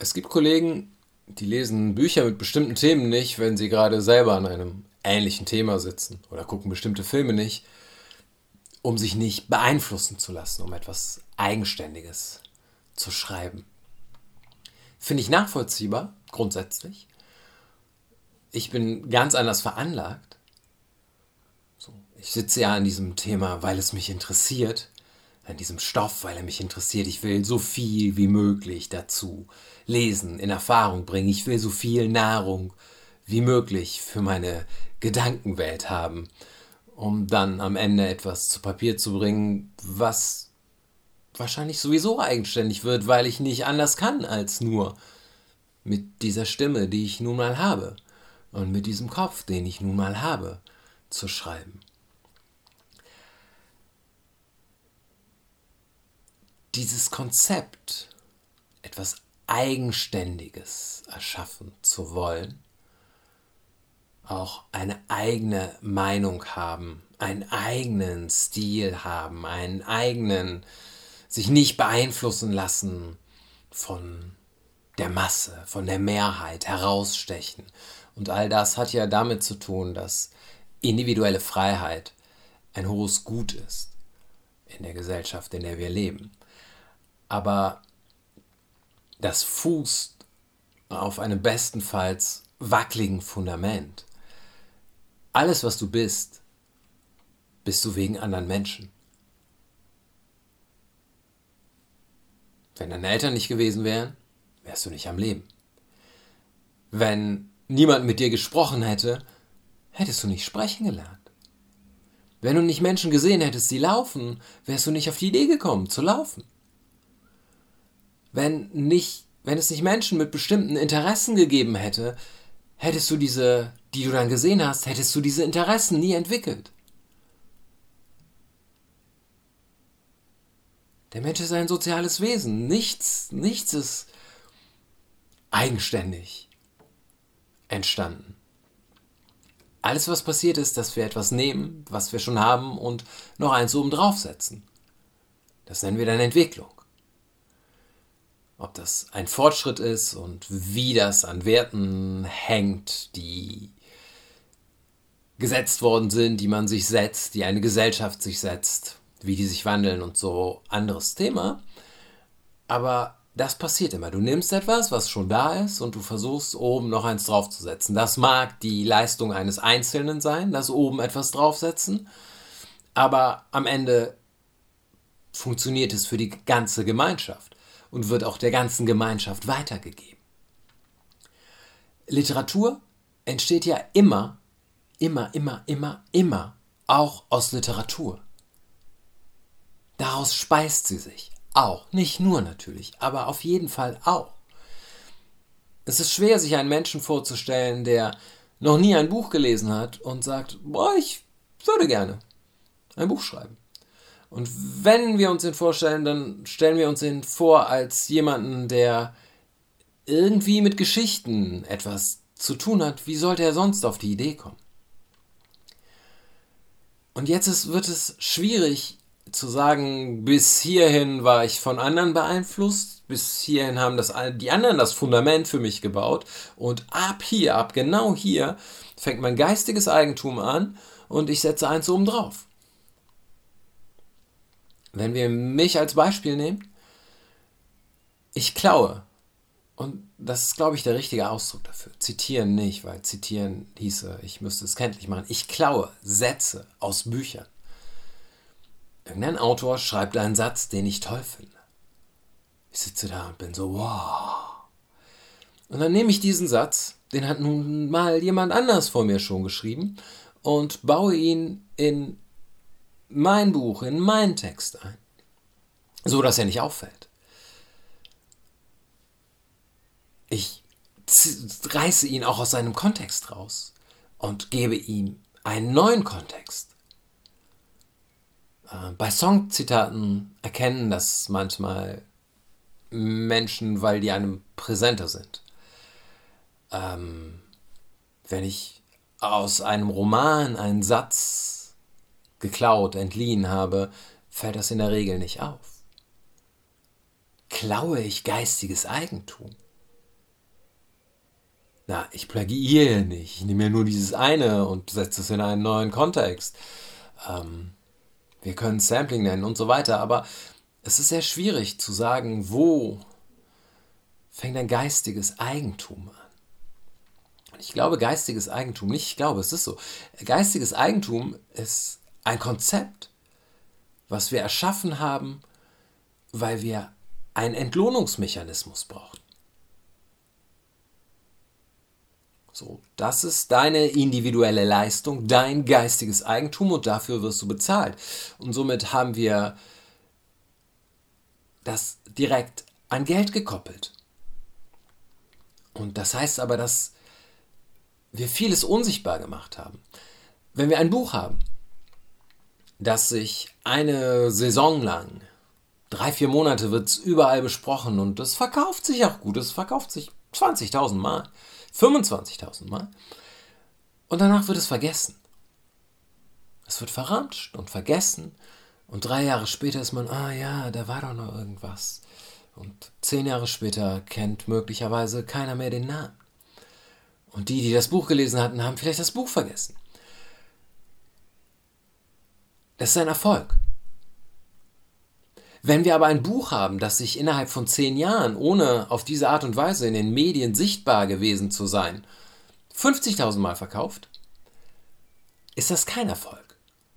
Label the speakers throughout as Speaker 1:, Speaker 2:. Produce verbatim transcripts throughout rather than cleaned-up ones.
Speaker 1: Es gibt Kollegen, die lesen Bücher mit bestimmten Themen nicht, wenn sie gerade selber an einem ähnlichen Thema sitzen oder gucken bestimmte Filme nicht, um sich nicht beeinflussen zu lassen, um etwas Eigenständiges zu schreiben. Finde ich nachvollziehbar, grundsätzlich. Ich bin ganz anders veranlagt. So, ich sitze ja an diesem Thema, weil es mich interessiert, an diesem Stoff, weil er mich interessiert. Ich will so viel wie möglich dazu lesen, in Erfahrung bringen. Ich will so viel Nahrung wie möglich für meine Gedankenwelt haben, um dann am Ende etwas zu Papier zu bringen, was wahrscheinlich sowieso eigenständig wird, weil ich nicht anders kann, als nur mit dieser Stimme, die ich nun mal habe, und mit diesem Kopf, den ich nun mal habe, zu schreiben. Dieses Konzept, etwas Eigenständiges erschaffen zu wollen, auch eine eigene Meinung haben, einen eigenen Stil haben, einen eigenen, sich nicht beeinflussen lassen von der Masse, von der Mehrheit, herausstechen. Und all das hat ja damit zu tun, dass individuelle Freiheit ein hohes Gut ist in der Gesellschaft, in der wir leben. Aber das fußt auf einem bestenfalls wackeligen Fundament. Alles, was du bist, bist du wegen anderen Menschen. Wenn deine Eltern nicht gewesen wären, wärst du nicht am Leben. Wenn niemand mit dir gesprochen hätte, hättest du nicht sprechen gelernt. Wenn du nicht Menschen gesehen hättest, die laufen, wärst du nicht auf die Idee gekommen, zu laufen. Wenn nicht, wenn es nicht Menschen mit bestimmten Interessen gegeben hätte, hättest du diese, die du dann gesehen hast, hättest du diese Interessen nie entwickelt. Der Mensch ist ein soziales Wesen. Nichts, nichts ist eigenständig entstanden. Alles, was passiert ist, dass wir etwas nehmen, was wir schon haben, und noch eins oben draufsetzen. Das nennen wir dann Entwicklung. Ob das ein Fortschritt ist und wie das an Werten hängt, die gesetzt worden sind, die man sich setzt, die eine Gesellschaft sich setzt, wie die sich wandeln und so, anderes Thema. Aber das passiert immer. Du nimmst etwas, was schon da ist, und du versuchst, oben noch eins draufzusetzen. Das mag die Leistung eines Einzelnen sein, das oben etwas draufsetzen, aber am Ende funktioniert es für die ganze Gemeinschaft und wird auch der ganzen Gemeinschaft weitergegeben. Literatur entsteht ja immer, immer, immer, immer, immer auch aus Literatur. Daraus speist sie sich auch. Nicht nur natürlich, aber auf jeden Fall auch. Es ist schwer, sich einen Menschen vorzustellen, der noch nie ein Buch gelesen hat und sagt, boah, ich würde gerne ein Buch schreiben. Und wenn wir uns ihn vorstellen, dann stellen wir uns ihn vor als jemanden, der irgendwie mit Geschichten etwas zu tun hat. Wie sollte er sonst auf die Idee kommen? Und jetzt ist, wird es schwierig zu sagen, bis hierhin war ich von anderen beeinflusst, bis hierhin haben das, die anderen das Fundament für mich gebaut, und ab hier, ab genau hier, fängt mein geistiges Eigentum an und ich setze eins oben drauf. Wenn wir mich als Beispiel nehmen, ich klaue, und das ist, glaube ich, der richtige Ausdruck dafür. Zitieren nicht, weil zitieren hieße, ich müsste es kenntlich machen. Ich klaue Sätze aus Büchern. Irgendein Autor schreibt einen Satz, den ich toll finde. Ich sitze da und bin so, wow. Und dann nehme ich diesen Satz, den hat nun mal jemand anders vor mir schon geschrieben, und baue ihn in mein Buch, in meinen Text ein, so dass er nicht auffällt. Ich reiße ihn auch aus seinem Kontext raus und gebe ihm einen neuen Kontext. Bei Songzitaten erkennen das manchmal Menschen, weil die einem präsenter sind. Ähm, wenn ich aus einem Roman einen Satz geklaut, entliehen habe, fällt das in der Regel nicht auf. Klaue ich geistiges Eigentum? Na, ich plagiiere nicht. Ich nehme ja nur dieses eine und setze es in einen neuen Kontext. Ähm, wir können Sampling nennen und so weiter, aber es ist sehr schwierig zu sagen, wo fängt ein geistiges Eigentum an. Und ich glaube, geistiges Eigentum, nicht ich glaube, es ist so. Geistiges Eigentum ist ein Konzept, was wir erschaffen haben, weil wir einen Entlohnungsmechanismus brauchen. So, das ist deine individuelle Leistung, dein geistiges Eigentum und dafür wirst du bezahlt. Und somit haben wir das direkt an Geld gekoppelt. Und das heißt aber, dass wir vieles unsichtbar gemacht haben. Wenn wir ein Buch haben, das sich eine Saison lang, drei, vier Monate wird es überall besprochen und es verkauft sich auch gut, es verkauft sich zwanzigtausend Mal, fünfundzwanzigtausend Mal und danach wird es vergessen. Es wird verramscht und vergessen und drei Jahre später ist man, ah ja, da war doch noch irgendwas. Und zehn Jahre später kennt möglicherweise keiner mehr den Namen. Und die, die das Buch gelesen hatten, haben vielleicht das Buch vergessen. Das ist ein Erfolg. Wenn wir aber ein Buch haben, das sich innerhalb von zehn Jahren, ohne auf diese Art und Weise in den Medien sichtbar gewesen zu sein, fünfzigtausend Mal verkauft, ist das kein Erfolg.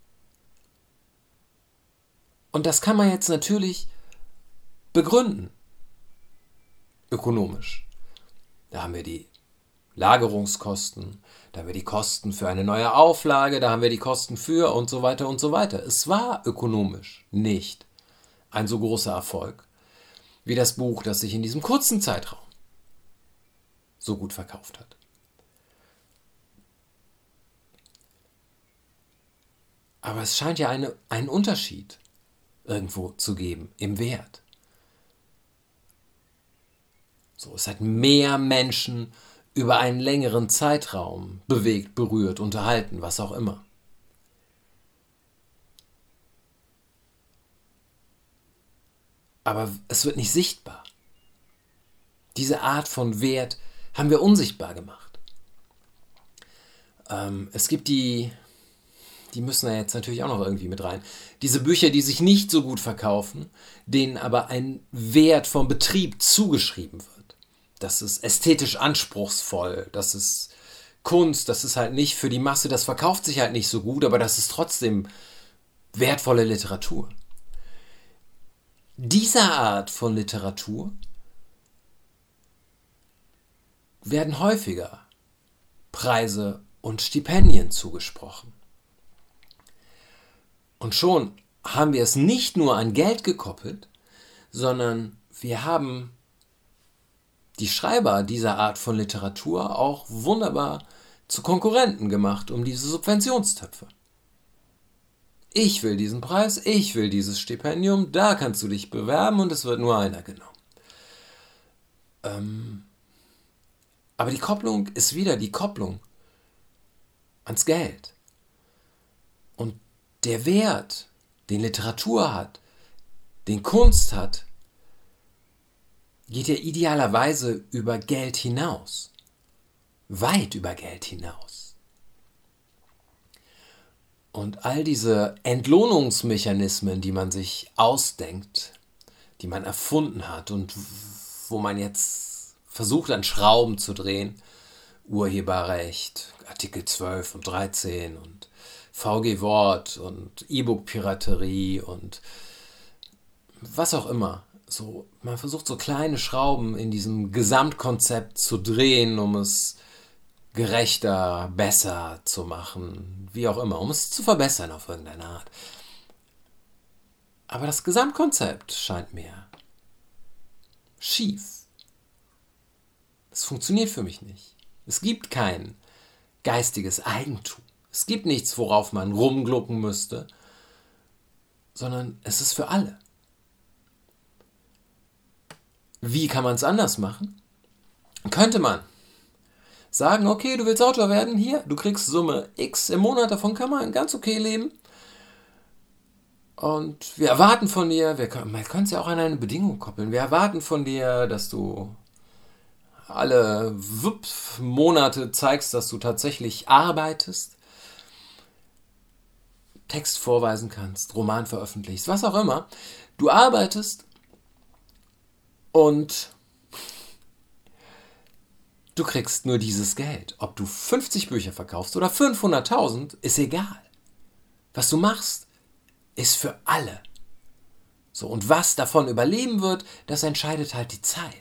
Speaker 1: Und das kann man jetzt natürlich begründen, ökonomisch. Da haben wir die Lagerungskosten, da haben wir die Kosten für eine neue Auflage, da haben wir die Kosten für und so weiter und so weiter. Es war ökonomisch nicht ein so großer Erfolg wie das Buch, das sich in diesem kurzen Zeitraum so gut verkauft hat. Aber es scheint ja eine, einen Unterschied irgendwo zu geben im Wert. So, es hat mehr Menschen über einen längeren Zeitraum bewegt, berührt, unterhalten, was auch immer. Aber es wird nicht sichtbar. Diese Art von Wert haben wir unsichtbar gemacht. Ähm, es gibt die, die müssen da jetzt natürlich auch noch irgendwie mit rein, diese Bücher, die sich nicht so gut verkaufen, denen aber ein Wert vom Betrieb zugeschrieben wird. Das ist ästhetisch anspruchsvoll, das ist Kunst, das ist halt nicht für die Masse, das verkauft sich halt nicht so gut, aber das ist trotzdem wertvolle Literatur. Dieser Art von Literatur werden häufiger Preise und Stipendien zugesprochen. Und schon haben wir es nicht nur an Geld gekoppelt, sondern wir haben die Schreiber dieser Art von Literatur auch wunderbar zu Konkurrenten gemacht um diese Subventionstöpfe. Ich will diesen Preis, ich will dieses Stipendium, da kannst du dich bewerben und es wird nur einer genommen. Ähm, aber die Kopplung ist wieder die Kopplung ans Geld. Und der Wert, den Literatur hat, den Kunst hat, geht ja idealerweise über Geld hinaus. Weit über Geld hinaus. Und all diese Entlohnungsmechanismen, die man sich ausdenkt, die man erfunden hat und wo man jetzt versucht, an Schrauben zu drehen, Urheberrecht, Artikel zwölf und dreizehn und V G Wort und E-Book-Piraterie und was auch immer. So, man versucht so kleine Schrauben in diesem Gesamtkonzept zu drehen, um es gerechter, besser zu machen, wie auch immer, um es zu verbessern auf irgendeine Art. Aber das Gesamtkonzept scheint mir schief. Es funktioniert für mich nicht. Es gibt kein geistiges Eigentum. Es gibt nichts, worauf man rumglucken müsste, sondern es ist für alle. Wie kann man es anders machen? Könnte man sagen, okay, du willst Autor werden, hier, du kriegst Summe X im Monat, davon kann man ganz okay leben. Und wir erwarten von dir, wir können, man könnte es ja auch an eine Bedingung koppeln, wir erwarten von dir, dass du alle wupp, Monate zeigst, dass du tatsächlich arbeitest, Text vorweisen kannst, Roman veröffentlichst, was auch immer. Du arbeitest und du kriegst nur dieses Geld. Ob du fünfzig Bücher verkaufst oder fünfhunderttausend, ist egal. Was du machst, ist für alle. So, und was davon überleben wird, das entscheidet halt die Zeit.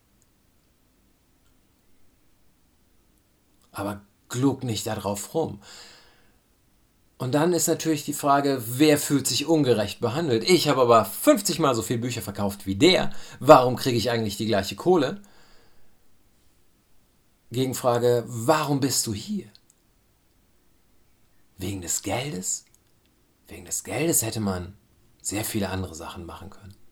Speaker 1: Aber glug nicht darauf rum. Und dann ist natürlich die Frage, wer fühlt sich ungerecht behandelt? Ich habe aber fünfzig Mal so viele Bücher verkauft wie der. Warum kriege ich eigentlich die gleiche Kohle? Gegenfrage, warum bist du hier? Wegen des Geldes? Wegen des Geldes hätte man sehr viele andere Sachen machen können.